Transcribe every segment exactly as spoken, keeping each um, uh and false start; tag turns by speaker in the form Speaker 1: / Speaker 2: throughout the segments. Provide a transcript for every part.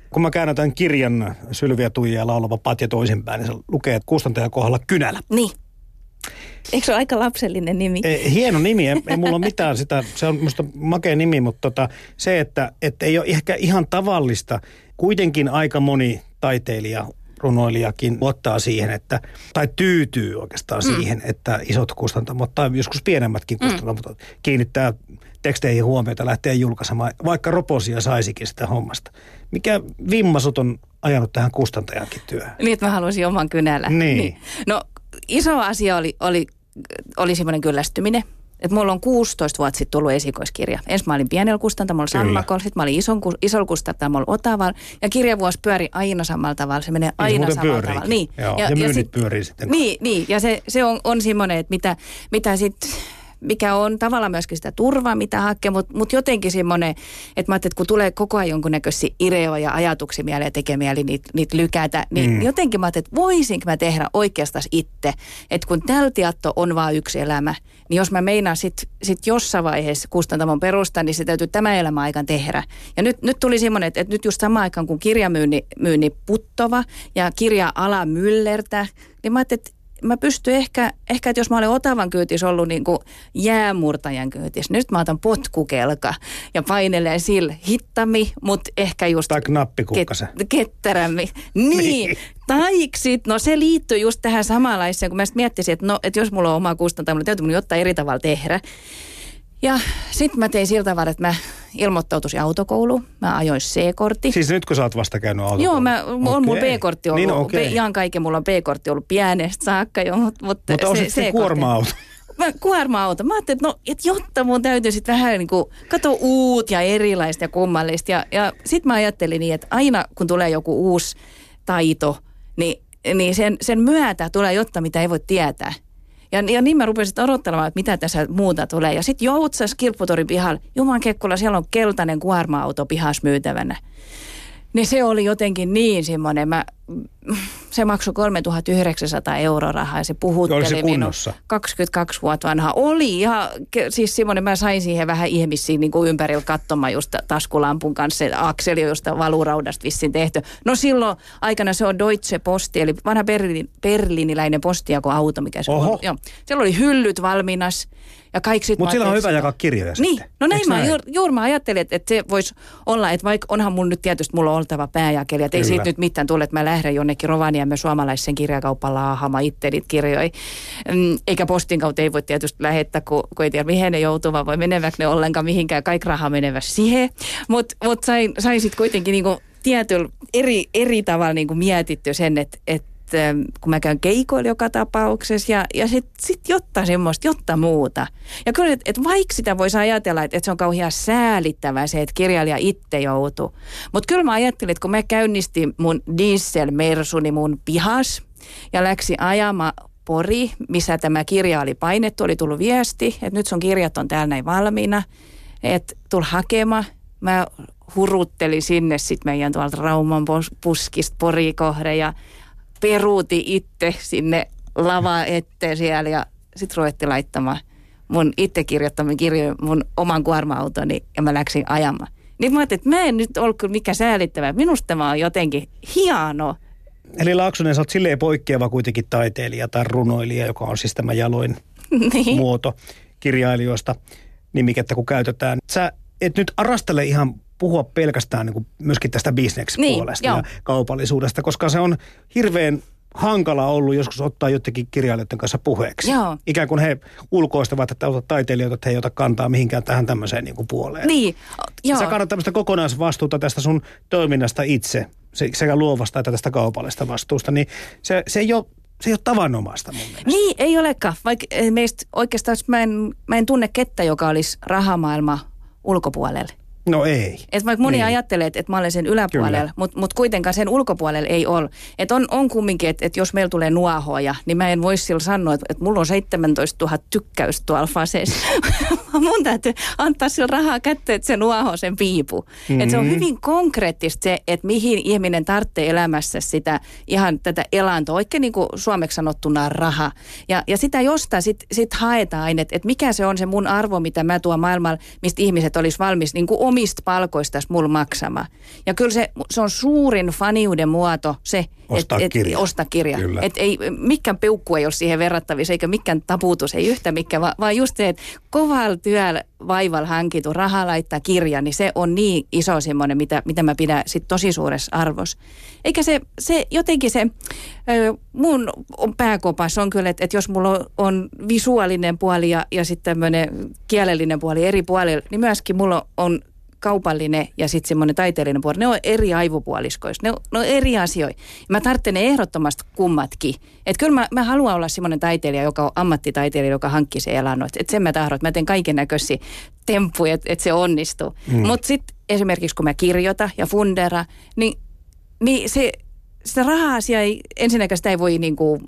Speaker 1: Kun mä käännän tämän kirjan Sylviä Tuija ja laulava Patja toisinpäin, niin se lukee kustantajan kohdalla Kynälä.
Speaker 2: Niin. Eikö se ole aika lapsellinen nimi?
Speaker 1: E, hieno nimi, ei, ei mulla ole mitään sitä, se on musta makea nimi, mutta tota, se, että, että ei ole ehkä ihan tavallista, kuitenkin aika moni taiteilija, runoilijakin ottaa siihen, että, tai tyytyy oikeastaan mm. siihen, että isot kustantamot tai joskus pienemmätkin kustantamot mm. kiinnittää teksteihin huomiota, lähtee julkaisemaan, vaikka roposia saisikin sitä hommasta. Mikä vimma sut on ajanut tähän kustantajankin työhön?
Speaker 2: Niin, että mä haluaisin oman Kynälän.
Speaker 1: Niin.
Speaker 2: niin. No iso asia oli, oli, oli semmoinen kyllästyminen. Että mulla on kuusitoista vuotta sitten tullut esikoiskirja. Ensin mä olin pienellä kustantamolla Sammakolla, sitten mä olin ison, isolla kustantamolla Otavalla. Ja kirjavuosi pyöri aina samalla tavalla. Se menee aina niin, samalla tavalla. Niin.
Speaker 1: Joo, ja, ja myynnit sit, pyörii sitten.
Speaker 2: Niin, niin, ja se, se on, on semmoinen, että mitä, mitä sitten... mikä on tavallaan myöskin sitä turvaa, mitä hakee, mutta mut jotenkin semmoinen, että mä ajattelin, että kun tulee koko ajan jonkunnäköisiä ideoja ja ajatuksia mieleen ja tekee mieli niitä niit lykätä, niin mm. jotenkin mä ajattelin, että voisinko mä tehdä oikeastaan itse, että kun tällä tieto on vaan yksi elämä, niin jos mä meinaan sitten sit jossain vaiheessa kustantamon perustaa, niin se täytyy tämä elämä aikaan tehdä. Ja nyt, nyt tuli semmoinen, että, että nyt just samaan aikaan, kun kirjamyynni myynni puttova ja kirja-ala myllertä, niin mä ajattelin, että mä pystyn ehkä, ehkä, että jos mä olen Otavan kyytissä ollut niin kuin jäämurtajan kyytissä, nyt mä otan potkukelka ja painelen sillä hittami, mutta ehkä just...
Speaker 1: Tai knappikukkasen.
Speaker 2: Ket, ketterämmin. Niin. niin. Tai sit, no se liittyy just tähän samanlaiseen, kun mä sitten miettisin, että no, että jos mulla on oma kustantamo, niin täytyy mun jotain eri tavalla tehdä. Ja sitten mä tein sillä tavalla, että mä ilmoittautuisin autokouluun. Mä ajoin C-kortti.
Speaker 1: Siis nyt kun sä oot vasta käynyt autokouluun?
Speaker 2: Joo, mä, okay. on mulla B-kortti ollut.
Speaker 1: Niin, okay.
Speaker 2: Ihan kaiken mulla on B-kortti ollut pienestä saakka jo. Mutta, mutta,
Speaker 1: mutta on sitten kuorma-auto.
Speaker 2: Mä, kuorma-auto. Mä ajattelin, että no, et jotta mun täytyy sitten vähän niin kuin katsoa uut ja erilaista ja kummallista. Ja, ja sitten mä ajattelin niin, että aina kun tulee joku uusi taito, niin, niin sen, sen myötä tulee jotta, mitä ei voi tietää. Ja, ja niin mä rupesin odottelemaan, että mitä tässä muuta tulee. Ja sitten Joutsas Kirpputorin pihalla, Juman Kekkola, siellä on keltainen kuorma-auto pihassa myytävänä. Niin se oli jotenkin niin semmoinen, mä, se maksoi kolmetuhattayhdeksänsataa euroa rahaa ja se puhutteli
Speaker 1: se
Speaker 2: minun kaksikymmentäkaksi vuotta vanha. Oli ja siis semmoinen, mä sain siihen vähän ihmisiä niin kuin ympärillä katsomaan just taskulampun kanssa, se akseli, josta valuraudasta vissiin tehty. No silloin aikana se on Deutsche Posti, eli vanha berlin, berliniläinen postijakoauto, mikä se
Speaker 1: Oho.
Speaker 2: on. Joo. Siellä oli hyllyt valmiinas.
Speaker 1: Mutta sillä on hyvä jakaa kirjoja
Speaker 2: niin.
Speaker 1: sitten.
Speaker 2: No näin, mä juuri juur mä ajattelin, että, että se voisi olla, että vaikka onhan mun nyt tietysti mulla on oltava pääjakeli, että ei siitä nyt mitään tule, että mä lähden jonnekin Rovaniemen suomalaisen kirjakauppaan laahaamaan itse niitä kirjoja. Eikä postin kautta ei voi tietysti lähettää, kun, kun ei tiedä mihin ne joutuu, vaan voi meneväkö ne ollenkaan mihinkään, kaikki raha menevä siihen. Mutta mut sain, sain sitten kuitenkin niinku tietyllä eri, eri tavalla niinku mietitty sen, että et, kun mä käyn keikoilla joka tapauksessa ja, ja sitten sit jotta semmoista, jotta muuta. Ja kyllä, että et vaikka sitä voisi ajatella, että et se on kauhean säälittävää se, että kirjailija itse joutuu. Mutta kyllä mä ajattelin, että kun mä käynnistin mun dieselmersuni mun pihas ja läksi ajama Pori, missä tämä kirja oli painettu, oli tullut viesti, että nyt sun kirjat on täällä näin valmiina, että tull hakemaan. Mä huruttelin sinne sitten meidän tuolta Rauman puskista Pori kohde ja peruuti itse sinne lava eteen siellä ja sitten ruvettiin laittamaan mun itse kirjoittaman kirjoja mun oman kuorma-autoni ja mä läksin ajamaan. Niin mä ajattelin, että mä en nyt ollut kyllä mikä säälittävää. Minusta tämä on jotenkin hieno.
Speaker 1: Eli Laaksonen, sä oot silleen poikkeava kuitenkin taiteilija tai runoilija, joka on siis tämä jaloin
Speaker 2: niin.
Speaker 1: muoto kirjailijoista nimikettä, kun käytetään. Sä et nyt arastele ihan puhua pelkästään niin kuin myöskin tästä bisnekspuolesta niin, ja kaupallisuudesta, koska se on hirveän hankala ollut joskus ottaa jotenkin kirjailijoiden kanssa puheeksi.
Speaker 2: Joo.
Speaker 1: Ikään kuin he ulkoistavat, että otat taiteilijoita, että he ei ota kantaa mihinkään tähän tämmöiseen niin kuin puoleen.
Speaker 2: Niin, joo.
Speaker 1: Sä kannat tämmöistä kokonaisvastuuta tästä sun toiminnasta itse, sekä luovasta että tästä kaupallisesta vastuusta, niin se, se ei ole Se ei ole tavanomaista mun mielestä.
Speaker 2: Niin, ei olekaan. Vaikka meistä oikeastaan mä en, mä en tunne kettä, joka olisi rahamaailma ulkopuolelle.
Speaker 1: No ei.
Speaker 2: Et vaikka moni
Speaker 1: niin.
Speaker 2: ajattelee, että, että mä olen sen yläpuolella, mutta mut kuitenkaan sen ulkopuolella ei ole. Että on, on kumminkin, että, että jos meillä tulee nuohoja, niin mä en voi sillä sanoa, että, että mulla on seitsemäntoistatuhatta tykkäystä tuolla Fasessa. Mun täytyy antaa sillä rahaa kätteen, että se nuoho sen piipu. Mm-hmm. Että se on hyvin konkreettista se, että mihin ihminen tarvitsee elämässä sitä ihan tätä elantoa, oikein niin kuin suomeksi sanottuna raha. Ja, ja sitä jostain sitten sit haetaan aina, että, että mikä se on se mun arvo, mitä mä tuon maailmalla, mistä ihmiset olisi valmis niin kuin omista palkoista mulla maksama. Ja kyllä se, se on suurin faniuden muoto se,
Speaker 1: ostaa
Speaker 2: et,
Speaker 1: kirja.
Speaker 2: Et, ostaa kirja. Et ei, mikään peukku ei ole siihen verrattavissa, eikä mikään taputus, ei yhtä mikään, vaan, vaan just se, että kovalla työllä vaivalla hankittu rahaa laittaa kirja, niin se on niin iso semmoinen, mitä, mitä mä pidän sit tosi suuressa arvossa. Eikä se, se jotenkin se, mun pääkopas on kyllä, että, että jos mulla on visuaalinen puoli ja, ja sitten tämmöinen kielellinen puoli eri puolilla, niin myöskin mulla on kaupallinen ja sitten semmoinen taiteellinen puoli. Ne on eri aivopuoliskoissa. Ne on, ne on eri asioita. Mä tarvitsen ne ehdottomasti kummatkin. Että kyllä mä, mä haluan olla semmoinen taiteilija, joka on ammattitaiteilija, joka hankkii se elannon. Että sen mä tahdon, että mä teen kaiken näköisiä temppuja, että et se onnistuu. Mm. Mutta sitten esimerkiksi kun mä kirjoitan ja fundera, niin, niin se, sitä raha-asiaa ei, ensinnäkään sitä ei voi niinku,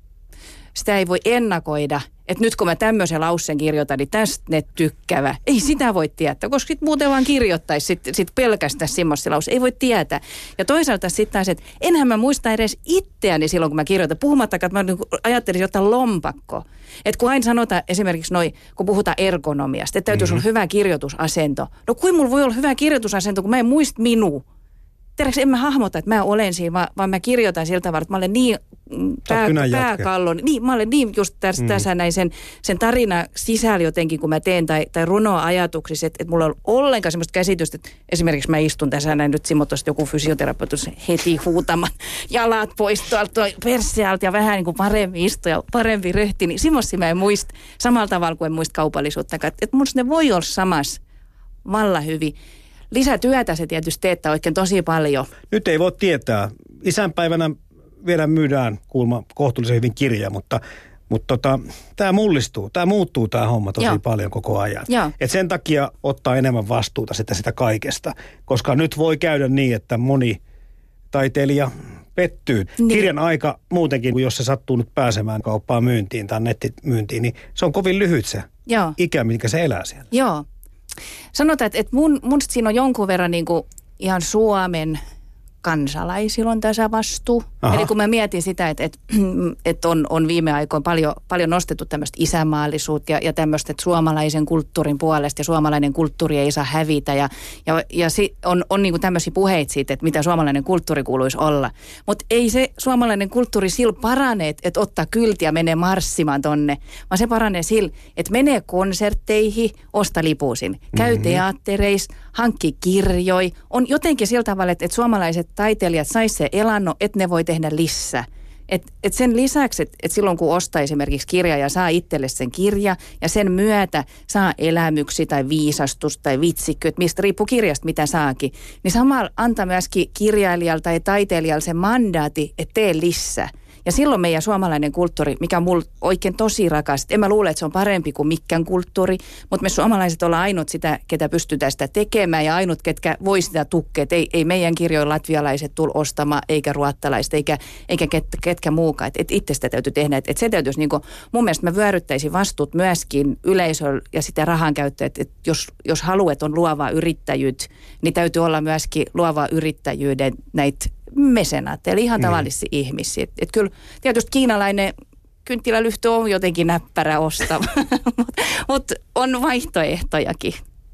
Speaker 2: sitä ei voi ennakoida. Että nyt kun mä tämmöisen lauseen kirjoitan, niin tästä ne tykkäävä. Ei sitä voi tietää, koska sit muuten vaan kirjoittaisi sit, sit pelkästään semmoisia lauseen. Ei voi tietää. Ja toisaalta sitten taas, että enhän mä muista edes itseäni silloin, kun mä kirjoitan. Puhumattakaan, että mä niinku ajattelisin ottaa lompakko. Että kun aina sanotaan esimerkiksi noin, kun puhutaan ergonomiasta, että täytyisi mm-hmm. olla hyvä kirjoitusasento. No kuin mulla voi olla hyvä kirjoitusasento, kun mä en muista minua. Tiedätkö, en mä hahmota, että mä olen siinä, vaan, vaan mä kirjoitan siltä tavalla, että mä olen niin pää, pääkallon. Niin, mä olen niin just tässä, mm. tässä näin sen, sen tarina sisällä jotenkin, kun mä teen, tai, tai runoa ajatuksissa, että, että mulla on ollenkaan semmoista käsitystä, että esimerkiksi mä istun tässä näin nyt simmotosta joku fysioterapeutus heti huutamaan jalat pois tuolta persealta ja vähän niin kuin paremmin istua ja parempi röhti, niin semmoista mä en muista samalla tavalla kuin en muista kaupallisuutta. Että, että musta ne voi olla samassa valla hyvin. Lisätyötä se tietysti teettää oikein tosi paljon.
Speaker 1: Nyt ei voi tietää. Isänpäivänä vielä myydään kuulemma kohtuullisen hyvin kirja, mutta, mutta tota, tämä mullistuu, tämä muuttuu tämä homma tosi Joo. paljon koko ajan. Et sen takia ottaa enemmän vastuuta sitä, sitä kaikesta, koska nyt voi käydä niin, että moni taiteilija pettyy. Niin. Kirjan aika muutenkin, jos se sattuu nyt pääsemään kauppaan myyntiin tai nettimyyntiin, niin se on kovin lyhyt se Joo. ikä, minkä se elää siellä.
Speaker 2: Joo. Sanotaan, että, että mun, mun siinä on jonkun verran niin kuin ihan Suomen kansalaisilla on tässä vastuu. Aha. Eli kun mä mietin sitä, että, että, että on, on viime aikoina paljon, paljon nostettu tämmöistä isänmaallisuutta ja, ja tämmöistä, että suomalaisen kulttuurin puolesta ja suomalainen kulttuuri ei saa hävitä. Ja, ja, ja si, on, on niin kuin tämmöisiä puheita siitä, että mitä suomalainen kulttuuri kuuluisi olla. Mutta ei se suomalainen kulttuuri sillä parane, että, että ottaa kyltiä ja menee marssimaan tonne, vaan se paranee sillä, että menee konsertteihin, osta lipusin, käy mm-hmm. teattereissa, hankki kirjoi. On jotenkin sillä tavalla, että, että suomalaiset taiteilijat sais se elanno, että ne voi tehdä lisää. Et, et sen lisäksi, että et silloin kun ostaa esimerkiksi kirja ja saa itselle sen kirja ja sen myötä saa elämyksiä tai viisastus tai vitsikkyt, mistä riippuu kirjasta mitä saakin, niin samalla antaa myöskin kirjailijalle tai taiteilijalle se mandaati, että tee lisää. Ja silloin meidän suomalainen kulttuuri, mikä on mulle oikein tosi rakas, en mä luule, että se on parempi kuin mikään kulttuuri, mutta me suomalaiset ollaan ainut sitä, ketä pystytään sitä tekemään ja ainut, ketkä voi sitä tukea. Ei, ei meidän kirjoilla latvialaiset tule ostamaan, eikä ruottalaiset, eikä, eikä ket, ketkä muukaan. Et itse sitä täytyy tehdä. Et, et se täytyisi, niin kuin, mun mielestä mä vyöryttäisin vastuut myöskin yleisöllä ja sitä rahan käyttöä, että et jos, jos haluat on luovaa yrittäjyyttä, niin täytyy olla myöskin luovaa yrittäjyyden näitä mesenaat, eli ihan tavallisia mm. ihmisiä. Että et kyllä tietysti kiinalainen kynttilälyhty on jotenkin näppärä ostava, mutta mut on vaihtoehtojakin.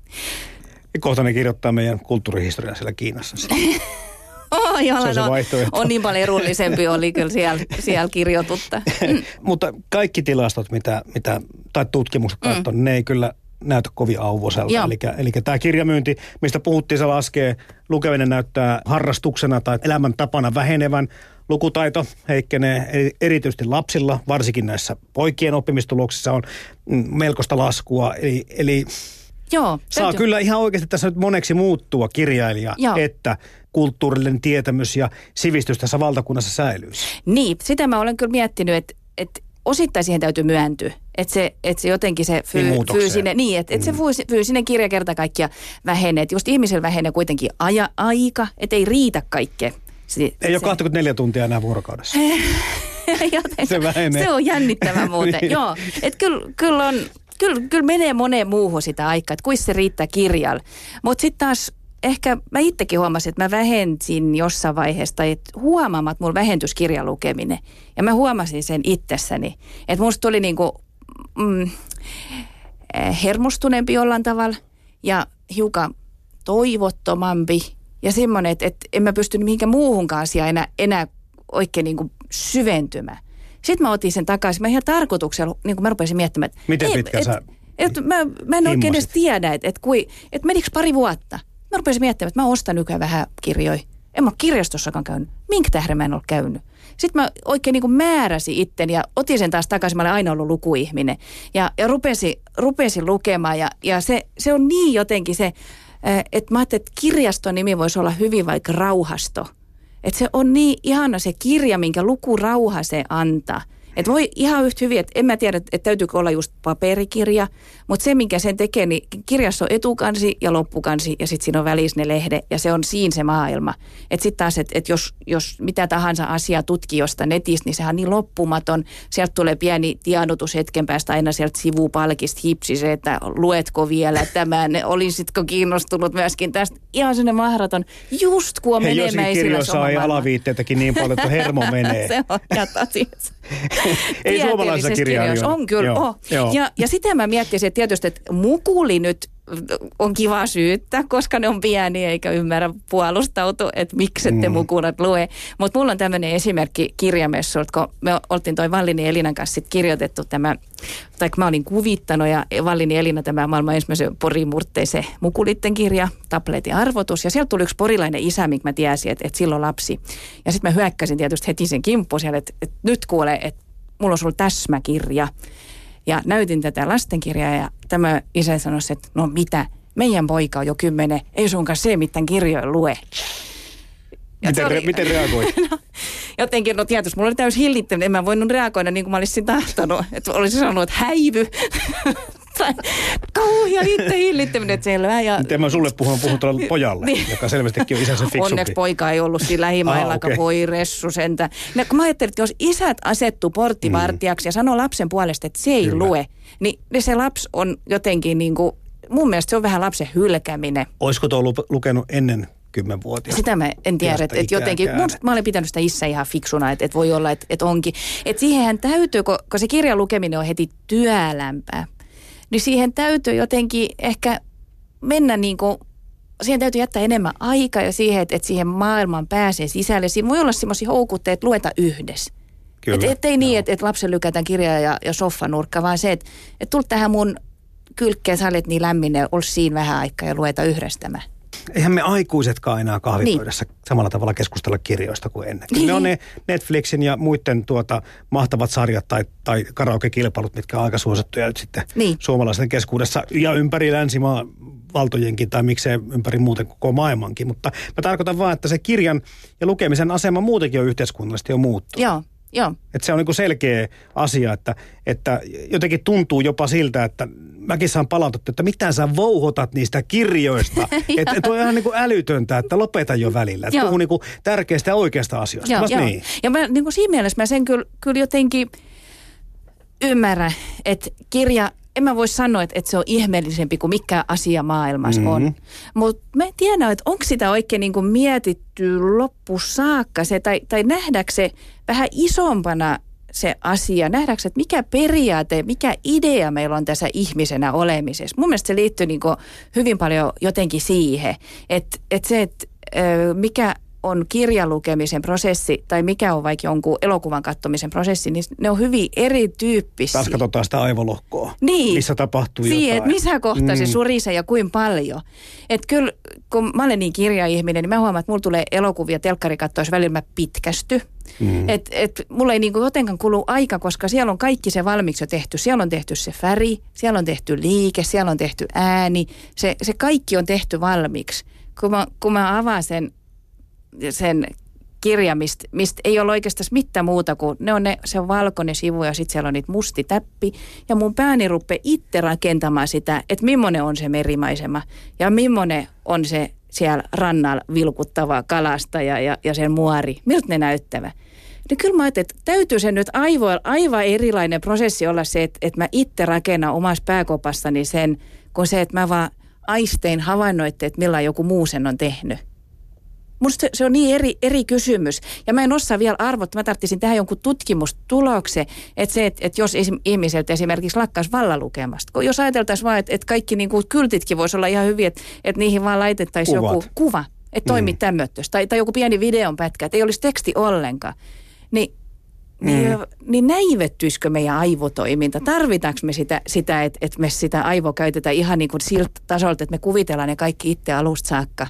Speaker 1: Ja kohta ne kirjoittaa meidän kulttuurihistoriaa siellä Kiinassa.
Speaker 2: Oh, joo, se on, on niin paljon edullisempi oli kyllä siellä, siellä kirjoitutta. Mm.
Speaker 1: Mutta kaikki tilastot, mitä, mitä tai tutkimukset katsoo, mm. ne ei kyllä näytä kovin auvoiselta. Eli, eli tämä kirjamyynti, mistä puhuttiin, se laskee. Lukeminen näyttää harrastuksena tai elämäntapana vähenevän. Lukutaito heikkenee erityisesti lapsilla, varsinkin näissä poikien oppimistuloksissa on melkoista laskua. Eli, eli
Speaker 2: Joo,
Speaker 1: saa täytyy. Kyllä ihan oikeasti tässä nyt moneksi muuttua kirjailija, Joo. että kulttuurillinen tietämys ja sivistys tässä valtakunnassa säilyisi.
Speaker 2: Niin, sitä mä olen kyllä miettinyt, että, että osittain siihen täytyy myöntyä. Että se, että se jotenkin se fyy, niin fyysinen, niin, että, että mm. se fyysinen kirja kerta kaikkia vähenee. Että just ihmisellä vähenee kuitenkin aja, aika, että ei riitä kaikkea. Se,
Speaker 1: ei se, ole kaksikymmentäneljä tuntia enää vuorokaudessa.
Speaker 2: Joten,
Speaker 1: se vähenee.
Speaker 2: Se on jännittävä muuten. niin. Joo, että kyllä, kyllä, on, kyllä, kyllä menee moneen muuhun sitä aikaa, että kuinka se riittää kirjalla. Mutta sitten taas ehkä mä itsekin huomasin, että mä vähensin jossain vaiheessa, tai huomaamaan, että mulla vähentys kirjan lukeminen. Ja mä huomasin sen itsessäni, että musta tuli niinku mm, hermostuneempi jollain tavalla ja hiukan toivottomampi ja semmoinen, että, että en mä pystynyt mihinkään muuhunkaan asiaan enää, enää oikein niin kuin syventymään. Sitten mä otin sen takaisin. Mä ihan tarkoituksella, niin kuin mä rupesin miettimään, että...
Speaker 1: Miten pitkä et, sä
Speaker 2: et, et, mä, mä en oikein edes tiedä, että et, et menikö pari vuotta. Mä rupesin miettimään, että mä ostan nykyään vähän kirjoja. En mä ole kirjastossakaan käynyt. Minkä tähden mä en ole käynyt? Sitten mä oikein niin kuin määräsin itten ja otin sen taas takaisin. Mä olen aina ollut lukuihminen. Ja, ja rupesin, rupesin lukemaan ja, ja se, se on niin jotenkin se, että mä ajattelin, että kirjaston nimi voisi olla hyvin vaikka Rauhasto. Että se on niin ihana se kirja, minkä lukurauha se antaa. Että voi ihan yhtä hyvin, että en mä tiedä, että täytyykö olla just paperikirja, mutta se, minkä sen tekee, niin kirjassa on etukansi ja loppukansi ja sitten siinä on välissä ne lehde ja se on siinä se maailma. Että sitten taas, että et jos, jos mitä tahansa asiaa tutkii jostain netistä, niin sehän on niin loppumaton. Sieltä tulee pieni tiedotus hetken päästä aina sieltä sivupalkista hipsi se, että luetko vielä tämän, olisitko kiinnostunut myöskin tästä. Ihan sellainen mahdoton, just kun on menemään ei sillä
Speaker 1: kirjoissa ei alaviitteitäkin niin paljon, että hermo menee.
Speaker 2: Se on jätäsies.
Speaker 1: Ei suomalaisessa kirjailijoissa.
Speaker 2: On kyllä, joo, oh. Ja, ja sitä mä miettisin, että tietysti, että mukuli nyt on kiva syyttää, koska ne on pieniä eikä ymmärrä puolustautua, että miksi ette mm. mukulat lue. Mutta mulla on tämmöinen esimerkki kirjamessulta, kun me oltiin toi Vallini Elinan kanssa sit kirjoitettu tämä, tai mä olin kuvittanut ja Vallini Elina tämä maailman ensimmäisen porimurteisen mukulitten kirja, tabletin arvotus. Ja sieltä tuli yksi porilainen isä, minkä mä tiesin, että, että silloin lapsi. Ja sitten mä hyökkäsin tietysti heti sen kimppuun siellä, että, että nyt kuulee, että mulla on sulla täsmäkirja. Ja näytin tätä lastenkirjaa ja tämä isä sanoi, että no mitä, meidän poika on jo kymmenen, ei sunkaan se mitään kirjoja lue.
Speaker 1: Miten, oli, re, miten reagoit?
Speaker 2: No, jotenkin, no tietysti, mulla oli täysin hillittäminen, en mä voinut reagoida niin kuin mä olisin tahtonut. Että olisin sanonut, että häivy. Tai kauhia itse hillittäminen, että selvä. Ja...
Speaker 1: Miten mä sulle puhun, puhun tuolle pojalle, niin. joka selvästikin on isänsä fiksumpi.
Speaker 2: Onneksi poika ei ollut siinä lähimaillakaan, ah, okay. Voi ressu sentä. No, kun mä ajattelin, että jos isät asettuu porttivartijaksi mm. ja sanoo lapsen puolesta, että se ei Kyllä. lue, niin se lapsi on jotenkin niin kuin, mun mielestä se on vähän lapsen hylkäminen.
Speaker 1: Olisiko tuo lukenut ennen kymmenvuotias?
Speaker 2: Sitä mä en tiedä, että et jotenkin, musta mä olen pitänyt sitä isä ihan fiksuna, että et voi olla, että et onkin. Että siihenhän täytyy, kun, kun se kirjan lukeminen on heti työlämpää, niin siihen täytyy jotenkin ehkä mennä niin kuin, siihen täytyy jättää enemmän aikaa ja siihen, että, että siihen maailmaan pääsee sisälle. Siinä voi olla semmoisia houkutteita, että lueta yhdessä. Että et ei niin, että et lapsen lykätään kirjaa ja, ja soffanurkka, vaan se, että et tult tähän mun kylkkeen, sä olet niin lämmin ja ol siinä vähän aikaa ja lueta yhdessä tämä.
Speaker 1: Eihän me aikuisetkaan enää kahvipöydässä niin. samalla tavalla keskustella kirjoista kuin ennen. Niin. Ne on ne Netflixin ja muiden tuota, mahtavat sarjat tai, tai karaoke-kilpailut, mitkä on aika suosittuja nyt sitten niin. suomalaisten keskuudessa ja ympäri länsimaa valtojenkin tai miksei ympäri muuten koko maailmankin. Mutta mä tarkoitan vaan, että se kirjan ja lukemisen asema muutenkin on yhteiskunnallisesti jo muuttunut.
Speaker 2: Joo. Joo.
Speaker 1: Että se on niinku selkeä asia, että, että jotenkin tuntuu jopa siltä, että mäkin saan palautetta, että mitä sä vouhotat niistä kirjoista. Että et on ihan niinku älytöntä, että lopeta jo välillä. Että puhuu niinku tärkeistä ja oikeasta asioista.
Speaker 2: Joo, joo. Niin. Ja mä, niinku siinä mielessä mä sen kyllä, kyllä jotenkin ymmärrän, että kirja, en mä voi sanoa, että, että se on ihmeellisempi kuin mikä asia maailmassa mm-hmm. on. Mutta mä en tiedä, että onko sitä oikein niin kuin mietitty loppusaakka se, tai, tai nähdäänkö se vähän isompana se asia, nähdäänkö, että mikä periaate, mikä idea meillä on tässä ihmisenä olemisessa. Mun mielestä se liittyy niin kuin hyvin paljon jotenkin siihen, että, että se, että mikä on kirjalukemisen prosessi tai mikä on vaikka jonkun elokuvan katsomisen prosessi, niin ne on hyvin erityyppisiä.
Speaker 1: Taas katsotaan sitä aivolohkoa,
Speaker 2: niin.
Speaker 1: missä tapahtuu
Speaker 2: Siin,
Speaker 1: jotain.
Speaker 2: Että missä kohtaa mm. se surisee ja kuinka paljon. Että kyllä, kun mä olen niin kirjaihminen, niin mä huomaan, että mulla tulee elokuvia, telkkari katsoisi välillä mä pitkästy. Mm. Että et, mulla ei niinku jotenkaan kulu aika, koska siellä on kaikki se valmiiksi jo tehty. Siellä on tehty se väri, siellä on tehty liike, siellä on tehty ääni. Se, se kaikki on tehty valmiiksi. Kun mä, kun mä avaan sen sen kirja, mistä mist ei ole oikeastaan mitään muuta kuin ne on ne, se on valkoinen sivu ja sitten siellä on niitä musti täppi. Ja mun pääni rupeaa itse rakentamaan sitä, että millainen on se merimaisema ja millainen on se siellä rannalla vilkuttava kalastaja ja, ja sen muori. Miltä ne näyttävät? Niin kyllä mä ajattelin, että täytyy se nyt aivoilla aivan erilainen prosessi olla se, että, että mä itse rakennan omassa pääkopassani sen, kun se, että mä vaan aistein havainnoitte, että millä joku muu sen on tehnyt. Musta se, se on niin eri, eri kysymys. Ja mä en osaa vielä arvottaa, mä tarvitsin tähän jonkun tutkimustuloksen, että se, että, että jos ihmiseltä esimerkiksi lakkaisi vallalukemasta. Kun jos ajateltaisiin vaan, että, että kaikki niin kuin kyltitkin voisi olla ihan hyviä, että, että niihin vaan laitettaisiin joku kuva, että toimii mm. tämmötös. Tai, tai joku pieni videon pätkä, että ei olisi teksti ollenkaan. Niin Niin, mm. niin näivettyisikö meidän aivotoiminta? Tarvitaanko me sitä, sitä että, että me sitä aivoa käytetään ihan niin kuin siltä tasolta, että me kuvitellaan ne kaikki itse alusta saakka?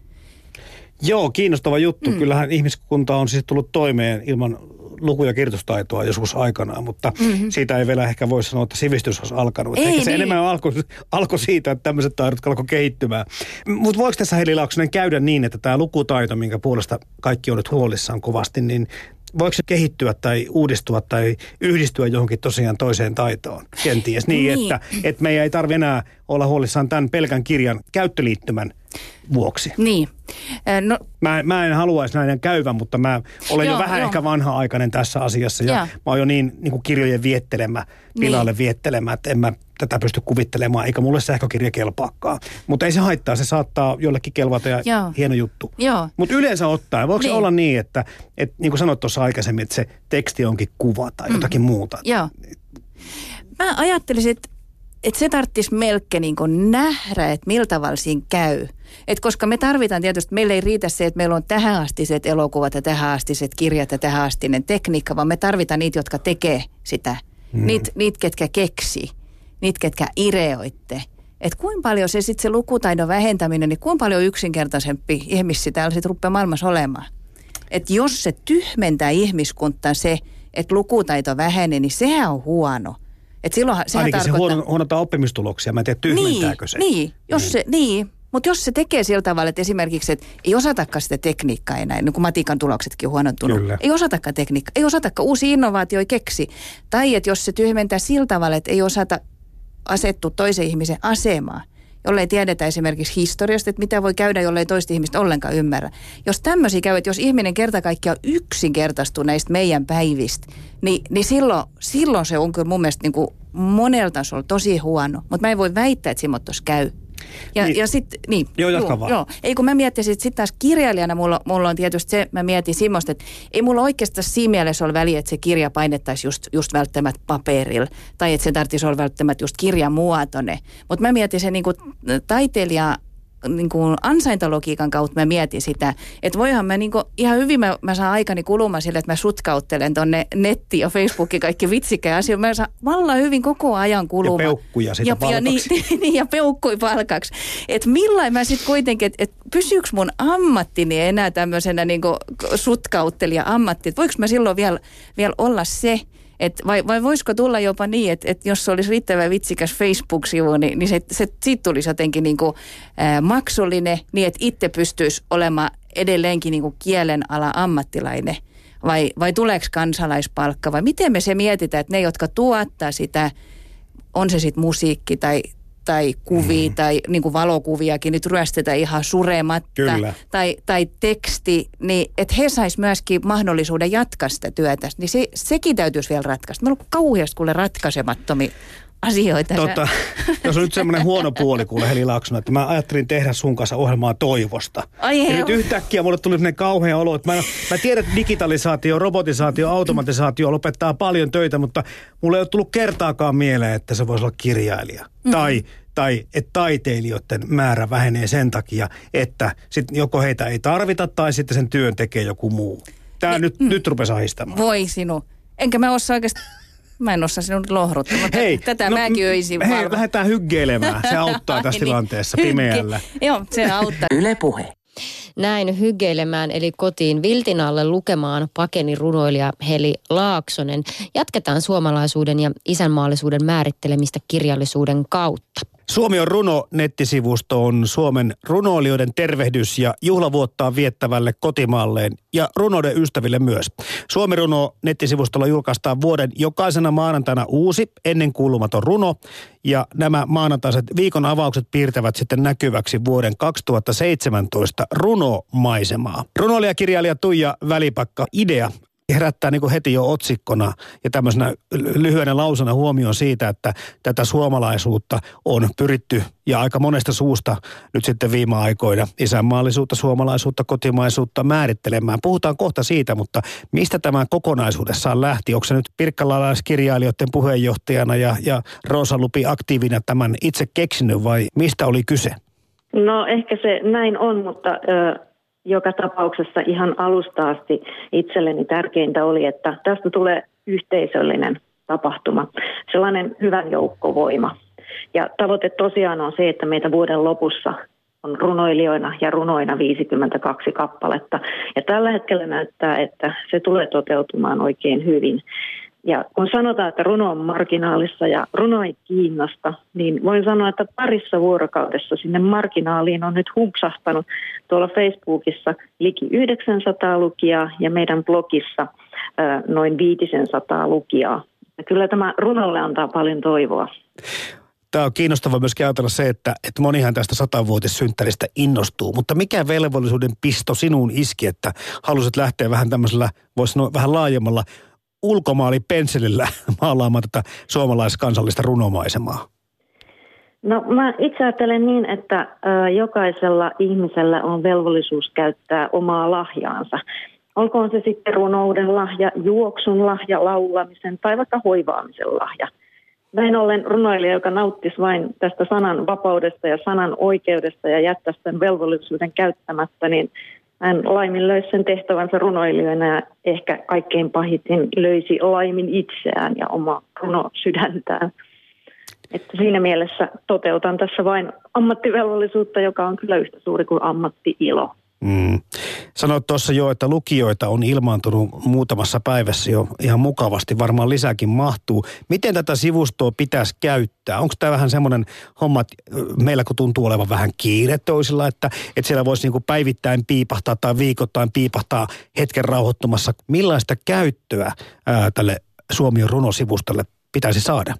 Speaker 1: Joo, kiinnostava juttu. Mm. Kyllähän ihmiskunta on siis tullut toimeen ilman luku- ja kirjoitustaitoa joskus aikanaan, mutta mm-hmm. siitä ei vielä ehkä voi sanoa, että sivistys olisi alkanut. Ei, ehkä se niin. enemmän alkoi alko siitä, että tämmöiset taidot alkoi kehittymään. Mutta voiko tässä Heli Laaksonen käydä niin, että tämä lukutaito, minkä puolesta kaikki on nyt huolissaan kovasti, niin voiko se kehittyä tai uudistua tai yhdistyä johonkin tosiaan toiseen taitoon? Kenties niin, niin. Että, että meidän ei tarvitse enää olla huolissaan tämän pelkän kirjan käyttöliittymän vuoksi.
Speaker 2: Niin. No,
Speaker 1: mä, mä en haluaisi näiden käyvän, mutta mä olen joo, jo vähän jo. ehkä vanha-aikainen tässä asiassa. Ja, ja. mä oon jo niin, niin kuin kirjojen viettelemä, pilalle niin. viettelemä, että en mä tätä pysty kuvittelemaan, eikä mulle sähkökirja kelpaakaan. Mutta ei se haittaa, se saattaa jollekin kelvata ja joo. hieno juttu. Mutta yleensä ottaen, voiko niin. se olla niin, että, että niin kuin sanoit tuossa aikaisemmin, että se teksti onkin kuva tai mm. jotakin muuta?
Speaker 2: Joo. Mä ajattelisin, että että se tarvitsisi melkein niin kuin nähdä, että miltä tavalla siinä käy. Et koska me tarvitaan tietysti, meillä ei riitä se, että meillä on tähänastiset elokuvat ja tähänastiset kirjat ja tähänastinen tekniikka, vaan me tarvitaan niitä, jotka tekee sitä. Mm. Niitä, niit, ketkä keksi, niitä, ketkä ireoitte. Että kuinka paljon se sitten se lukutaidon vähentäminen, niin kuinka paljon yksinkertaisempi ihmisiä täällä sitten rupeaa maailmassa olemaan. Että jos se tyhmentää ihmiskuntaa se, että lukutaito vähenee, niin sehän on huono. Et silloinhan,
Speaker 1: ainakin
Speaker 2: tarkoittaa...
Speaker 1: se huono, huonotaan oppimistuloksia. Mä en tiedä, tyhmentääkö
Speaker 2: niin,
Speaker 1: se.
Speaker 2: Niin, jos niin. se, niin. Mutta jos se tekee sillä tavalla, että esimerkiksi, että ei osatakaan sitä tekniikkaa enää, niin kuin matikan tuloksetkin on huonontunut. Kyllä. Ei osatakaan tekniikkaa, ei osatakaan uusia innovaatioita keksi. Tai että jos se tyhmentää sillä tavalla, että ei osata asettua toisen ihmisen asemaan, jollei tiedetä esimerkiksi historiasta, että mitä voi käydä, jollei toista ihmistä ollenkaan ymmärrä. Jos tämmöisiä käy, että jos ihminen kerta kaikkiaan yksinkertaistuu näistä meidän päivistä, niin, niin silloin, silloin se on kyllä mun mielestä niin kuin monelta tasolla tosi huono. Mutta mä en voi väittää, että Simottos käy. Ja, niin. ja sitten, niin.
Speaker 1: Joo, jatka vaan.
Speaker 2: Joo. Ei kun mä miettisin, että sitten taas kirjailijana mulla, mulla on tietysti se, mä mietin Simosta, että ei mulla oikeastaan siinä mielessä ole väliä, että se kirja painettaisiin just, just välttämättä paperilla. Tai että se tarvitsisi olla välttämättä just kirjamuotoinen. Mutta mä mietin sen niin kuin taiteilija niin kuin ansaintalogiikan kautta mä mietin sitä, että voihan mä niin kuin, ihan hyvin mä, mä saan aikani kulumaan sille, että mä sutkauttelen tonne netti ja Facebookin kaikki vitsikkäjä asioita. Mä saan vallan hyvin koko ajan kulumaan.
Speaker 1: Ja peukkuja sitä
Speaker 2: ja,
Speaker 1: palkaksi.
Speaker 2: Ja, niin, niin, ja peukkui palkaksi. Että millain mä sitten kuitenkin, että et pysyykö mun ammattini enää tämmöisenä niin kuin sutkauttelija ammatti, että voiko mä silloin vielä, vielä olla se, Et vai, vai voisiko tulla jopa niin, että, että jos se olisi riittävän vitsikäs Facebook-sivu, niin, niin se, se, siitä tulisi jotenkin niin kuin, ää, maksullinen, niin että itse pystyisi olemaan edelleenkin niin kuin kielen ala ammattilainen. Vai, vai tuleeko kansalaispalkka? Vai miten me se mietitään, että ne, jotka tuottaa sitä, on se sitten musiikki tai, tai kuvia mm. tai niin kuin valokuviakin, nyt ryöstetään ihan surematta. Tai, tai teksti, niin että he sais myöskin mahdollisuuden jatkaa sitä työtä. Niin se, sekin täytyisi vielä ratkaista. Meillä on kauheasti kuule ratkaisemattomia asioita.
Speaker 1: Totta. Jos on nyt semmoinen huono puoli kuule Heli Laaksonen, että mä ajattelin tehdä sun kanssa ohjelmaa toivosta. Ai ja nyt yhtäkkiä mulle tuli sellainen kauhea olo, että mä, mä tiedän, että digitalisaatio, robotisaatio, automatisaatio lopettaa paljon töitä, mutta mulle ei ole tullut kertaakaan mieleen, että se voisi olla kirjailija. Mm. Tai tai että taiteilijoiden määrä vähenee sen takia, että sit joko heitä ei tarvita tai sitten sen työn tekee joku muu. Tämä niin, nyt, mm. nyt rupesi ahistamaan.
Speaker 2: Voi sinu. Enkä mä osaa oikeastaan, mä en osaa sinun lohduttamaan. Hei, tätä no, mäkin öisin
Speaker 1: hei, valvo. Lähdetään hyggeilemään. Se auttaa tässä tilanteessa niin, pimeällä.
Speaker 2: Hygge. Joo, se auttaa.
Speaker 3: Yle Puhe.
Speaker 4: Näin hyggeilemään eli kotiin viltin alle lukemaan pakeni runoilija Heli Laaksonen. Jatketaan suomalaisuuden ja isänmaallisuuden määrittelemistä kirjallisuuden kautta.
Speaker 1: Suomi on runo -nettisivusto on Suomen runoilijoiden tervehdys ja juhlavuottaan viettävälle kotimaalleen ja runouden ystäville myös. Suomi runo -nettisivustolla julkaistaan vuoden jokaisena maanantaina uusi ennenkuulumaton runo ja nämä maanantaiset viikon avaukset piirtävät sitten näkyväksi vuoden kaksituhattaseitsemäntoista runomaisemaa. Runoilijakirjailija Tuija Välipakka, idea herättää niin kuin heti jo otsikkona ja tämmöisenä lyhyenä lausena huomioon siitä, että tätä suomalaisuutta on pyritty ja aika monesta suusta nyt sitten viime aikoina isänmaallisuutta, suomalaisuutta, kotimaisuutta määrittelemään. Puhutaan kohta siitä, mutta mistä tämä kokonaisuudessaan lähti? Onko se nyt pirkkalaalaiskirjailijoiden puheenjohtajana ja, ja Roosa Lupi aktiivina tämän itse keksinyt vai mistä oli kyse?
Speaker 3: No ehkä se näin on, mutta ö, joka tapauksessa ihan alusta asti itselleni tärkeintä oli, että tästä tulee yhteisöllinen tapahtuma, sellainen hyvän joukkovoima. Ja tavoite tosiaan on se, että meitä vuoden lopussa on runoilijoina ja runoina viisikymmentäkaksi kappaletta. Ja tällä hetkellä näyttää, että se tulee toteutumaan oikein hyvin. Ja kun sanotaan, että runo on marginaalissa ja runo ei kiinnosta, niin voin sanoa, että parissa vuorokaudessa sinne marginaaliin on nyt humpsahtanut tuolla Facebookissa liki yhdeksänsataa lukijaa ja meidän blogissa ää, noin viisisataa lukijaa. Ja kyllä tämä runolle antaa paljon toivoa.
Speaker 1: Tämä on kiinnostavaa myöskin ajatella se, että, että monihan tästä satavuotissynttäristä innostuu, mutta mikä velvollisuuden pisto sinuun iski, että halusit lähteä vähän tämmöisellä, voisi sanoa vähän laajemmalla ulkomaalipensselillä maalaamaan tätä suomalaiskansallista runomaisemaa?
Speaker 3: No mä itse ajattelen niin, että ä, jokaisella ihmisellä on velvollisuus käyttää omaa lahjaansa. Olkoon se sitten runouden lahja, juoksun lahja, laulamisen tai vaikka hoivaamisen lahja. Näin ollen runoilija, joka nauttisi vain tästä sanan vapaudesta ja sanan oikeudesta ja jättäisi sen velvollisuuden käyttämättä, niin hän laiminlöisi sen tehtävänsä runoilijana ja ehkä kaikkein pahiten löysi laimin itseään ja oma runo sydäntään. Että siinä mielessä toteutan tässä vain ammattivelvollisuutta, joka on kyllä yhtä suuri kuin ammatti-ilo.
Speaker 1: Mm. Sanoit tuossa jo, että lukijoita on ilmaantunut muutamassa päivässä jo ihan mukavasti, varmaan lisääkin mahtuu. Miten tätä sivustoa pitäisi käyttää? Onko tämä vähän semmoinen homma, että meillä kun tuntuu olevan vähän kiire toisilla, että, että siellä voisi niinku päivittäin piipahtaa tai viikoittain piipahtaa hetken rauhoittumassa. Millaista käyttöä ää, tälle Suomi runosivustolle pitäisi saada?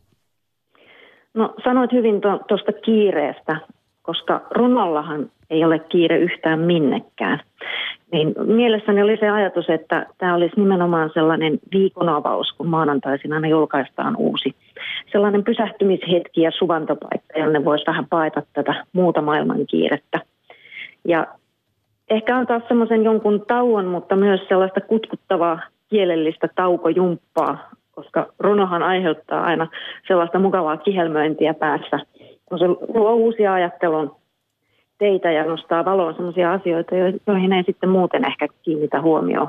Speaker 3: No sanoit hyvin tuosta kiireestä, koska runollahan ei ole kiire yhtään minnekään. Niin mielessäni oli se ajatus, että tämä olisi nimenomaan sellainen viikon avaus, kun maanantaisin aina julkaistaan uusi. Sellainen pysähtymishetki ja suvantopaikka, jonne voisi vähän paeta tätä muuta maailman kiirettä. Ja ehkä antaa semmoisen jonkun tauon, mutta myös sellaista kutkuttavaa kielellistä taukojumppaa, koska runohan aiheuttaa aina sellaista mukavaa kihelmöintiä päässä, kun se luo uusia ajattelun teitä ja nostaa valoon sellaisia asioita, joihin ei sitten muuten ehkä kiinnitä huomioon.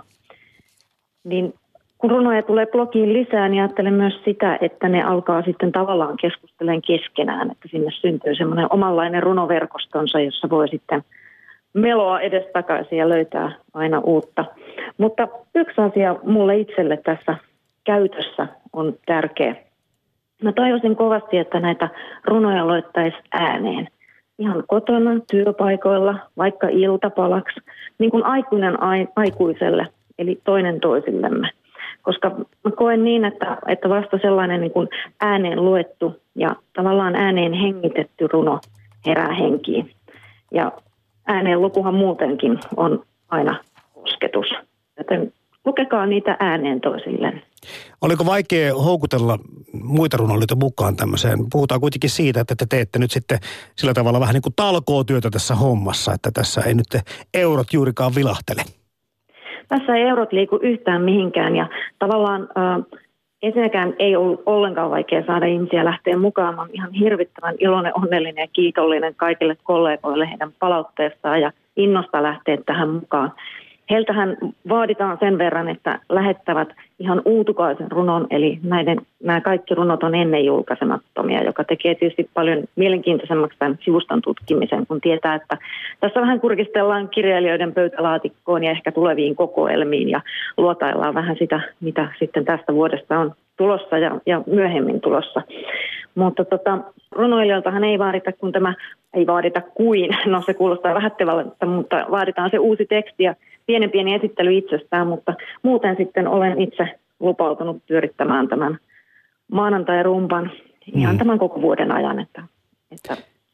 Speaker 3: Niin kun runoja tulee blogiin lisää, niin ajattelen myös sitä, että ne alkaa sitten tavallaan keskustelemaan keskenään, että sinne syntyy semmoinen omanlainen runoverkostonsa, jossa voi sitten meloa edestakaisin ja löytää aina uutta. Mutta yksi asia mulle itselle tässä käytössä on tärkeä. Mä toivoisin kovasti, että näitä runoja luettaisiin ääneen. Ihan kotona, työpaikoilla, vaikka iltapalaksi, niin kuin aikuinen aikuiselle, eli toinen toisillemme. Koska mä koen niin, että, että vasta sellainen niin kuin ääneen luettu ja tavallaan ääneen hengitetty runo herää henkiin. Ja ääneen lukuhan muutenkin on aina kosketus. Joten lukekaa niitä ääneen toisilleen.
Speaker 1: Oliko vaikea houkutella muita runoilijoita mukaan tämmöiseen? Puhutaan kuitenkin siitä, että te teette nyt sitten sillä tavalla vähän niin kuin talkootyötä tässä hommassa, että tässä ei nyt eurot juurikaan vilahtele.
Speaker 3: Tässä ei eurot liiku yhtään mihinkään ja tavallaan äh, ensinnäkään ei ollut ollenkaan vaikea saada ihmisiä lähteä mukaan. Mä olen ihan hirvittävän iloinen, onnellinen ja kiitollinen kaikille kollegoille heidän palautteestaan ja innosta lähteä tähän mukaan. Heiltähän vaaditaan sen verran, että lähettävät ihan uutukaisen runon, eli näiden, nämä kaikki runot on ennen julkaisemattomia, joka tekee tietysti paljon mielenkiintoisemmaksi tämän sivuston tutkimisen, kun tietää, että tässä vähän kurkistellaan kirjailijoiden pöytälaatikkoon ja ehkä tuleviin kokoelmiin ja luotaillaan vähän sitä, mitä sitten tästä vuodesta on tulossa ja, ja myöhemmin tulossa. Mutta tota, runoilijoiltahan ei vaadita, kun tämä ei vaadita kuin, no se kuulostaa vähättävältä, mutta vaaditaan se uusi teksti ja pienen pieni esittely itsestään, mutta muuten sitten olen itse lupautunut pyörittämään tämän maanantai-rumpan ihan tämän koko vuoden ajan, että, että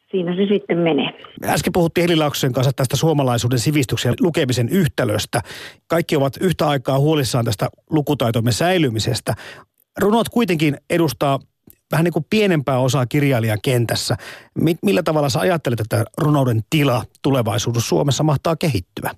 Speaker 3: siinä se sitten menee.
Speaker 1: Äsken puhuttiin Heli Laaksosen kanssa tästä suomalaisuuden sivistyksen ja lukemisen yhtälöstä. Kaikki ovat yhtä aikaa huolissaan tästä lukutaitomme säilymisestä. Runot kuitenkin edustaa vähän niin kuin pienempää osaa kirjailijakentässä. Millä tavalla sä ajattelet, että runouden tila tulevaisuudessa Suomessa mahtaa kehittyä?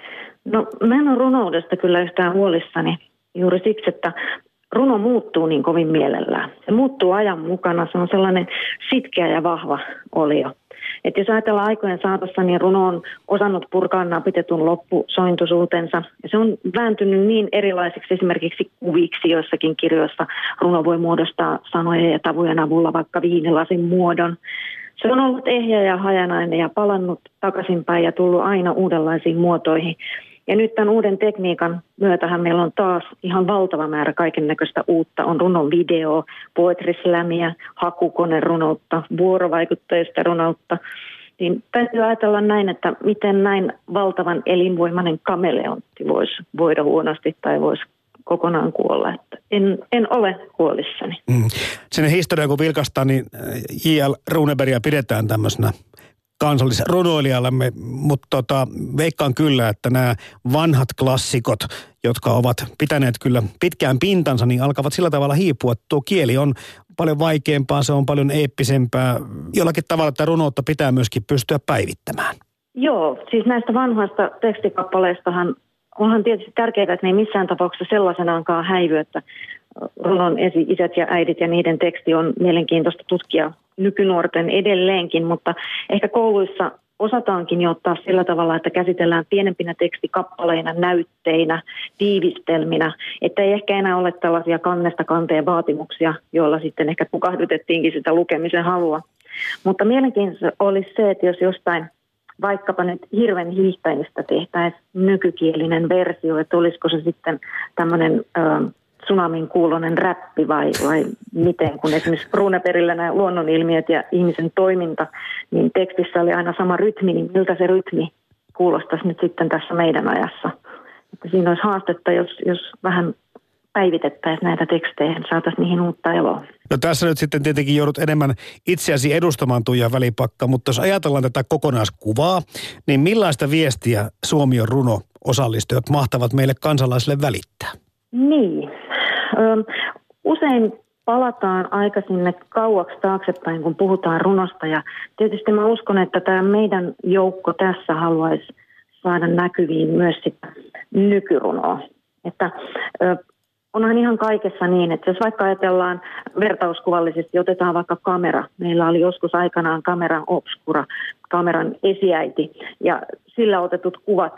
Speaker 3: No mä en ole runoudesta kyllä yhtään huolissani juuri siksi, että runo muuttuu niin kovin mielellään. Se muuttuu ajan mukana, se on sellainen sitkeä ja vahva olio. Että jos ajatellaan aikojen saatossa, niin runo on osannut purkaa napitetun loppusointuisuutensa. Ja se on vääntynyt niin erilaisiksi esimerkiksi kuviksi joissakin kirjoissa. Runo voi muodostaa sanojen ja tavujen avulla vaikka viinilasin muodon. Se on ollut ehjä ja hajanainen ja palannut takaisinpäin ja tullut aina uudenlaisiin muotoihin. Ja nyt tämän uuden tekniikan myötähän meillä on taas ihan valtava määrä kaikennäköistä uutta. On runon video, poetry slamia, hakukonerunoutta, vuorovaikutteista runoutta. Niin täytyy ajatella näin, että miten näin valtavan elinvoimainen kameleontti voisi voida huonosti tai voisi kokonaan kuolla. Että en, en ole huolissani.
Speaker 1: Mm. Sinne historiaan kun vilkastaan, niin J L Runebergia pidetään tämmöisenä kansallisrunoilijallamme, mutta tota, veikkaan kyllä, että nämä vanhat klassikot, jotka ovat pitäneet kyllä pitkään pintansa, niin alkavat sillä tavalla hiipua. Tuo kieli on paljon vaikeampaa, se on paljon eeppisempää. Jollakin tavalla tätä runoutta pitää myöskin pystyä päivittämään.
Speaker 3: Joo, siis näistä vanhoista tekstikappaleistahan onhan tietysti tärkeää, että ne ei missään tapauksessa sellaisenaankaan häivy, että runon esi-isät ja äidit ja niiden teksti on mielenkiintoista tutkia nykynuorten edelleenkin, mutta ehkä kouluissa osataankin jo ottaa sillä tavalla, että käsitellään pienempinä tekstikappaleina, näytteinä, tiivistelminä, että ei ehkä enää ole tällaisia kannesta kanteen vaatimuksia, joilla sitten ehkä tukahdutettiinkin sitä lukemisen halua. Mutta mielenkiintoista olisi se, että jos jostain vaikkapa nyt hirven hiihtäjistä tehtäisiin nykykielinen versio, että olisiko se sitten tämmöinen ö, tsunamin kuuloinen räppi vai, vai miten, kun esimerkiksi Runebergillä nämä luonnonilmiöt ja ihmisen toiminta, niin tekstissä oli aina sama rytmi, niin miltä se rytmi kuulostaisi nyt sitten tässä meidän ajassa. Että siinä olisi haastetta, jos, jos vähän päivitettäisiin näitä tekstejä, saataisiin niihin uutta eloa.
Speaker 1: No tässä nyt sitten tietenkin joudut enemmän itseäsi edustamaan, Tuija Välipakka, mutta jos ajatellaan tätä kokonaiskuvaa, niin millaista viestiä Suomi on runo osallistujat mahtavat meille kansalaisille välittää?
Speaker 3: Niin. Ö, usein palataan aika sinne kauaksi taaksepäin, kun puhutaan runosta. Ja tietysti mä uskon, että tämä meidän joukko tässä haluaisi saada näkyviin myös sitä nykyrunoa. Että ö, onhan ihan kaikessa niin, että jos vaikka ajatellaan vertauskuvallisesti, otetaan vaikka kamera. Meillä oli joskus aikanaan kameran obscura, kameran esiäiti, ja sillä otetut kuvat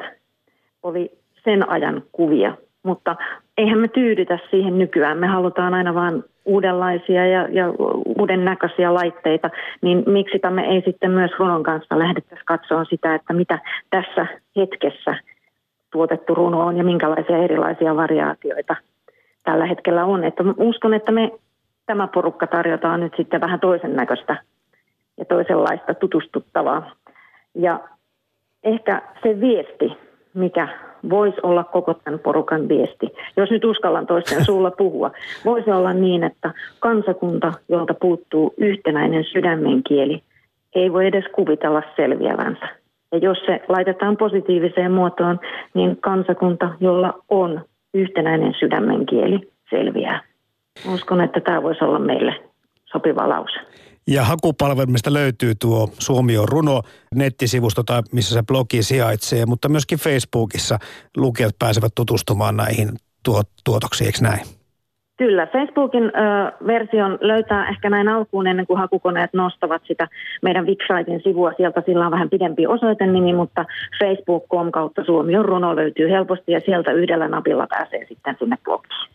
Speaker 3: oli sen ajan kuvia. Mutta eihän me tyydytä siihen nykyään. Me halutaan aina vaan uudenlaisia ja, ja uuden näköisiä laitteita, niin miksi me ei sitten myös runon kanssa lähdettäisi katsoa sitä, että mitä tässä hetkessä tuotettu runo on ja minkälaisia erilaisia variaatioita tällä hetkellä on. Että uskon, että me tämä porukka tarjotaan nyt sitten vähän toisen näköistä ja toisenlaista tutustuttavaa. Ja ehkä se viesti, mikä voisi olla koko tämän porukan viesti, jos nyt uskallan toisten suulla puhua, voisi olla niin, että kansakunta, jolta puuttuu yhtenäinen sydämen kieli, ei voi edes kuvitella selviävänsä. Ja jos se laitetaan positiiviseen muotoon, niin kansakunta, jolla on yhtenäinen sydämen kieli, selviää. Uskon, että tämä voisi olla meille sopiva lause.
Speaker 1: Ja hakupalvelmista löytyy tuo Suomi on runo nettisivusto tai missä se blogi sijaitsee, mutta myöskin Facebookissa lukijat pääsevät tutustumaan näihin tuot, tuotoksiin, eikö näin?
Speaker 3: Kyllä, Facebookin ö, version löytää ehkä näin alkuun ennen kuin hakukoneet nostavat sitä meidän Wixsitein sivua. Sieltä sillä on vähän pidempi osoitenimi, mutta facebook piste com kautta Suomi on runo löytyy helposti ja sieltä yhdellä napilla pääsee sitten sinne blogiin.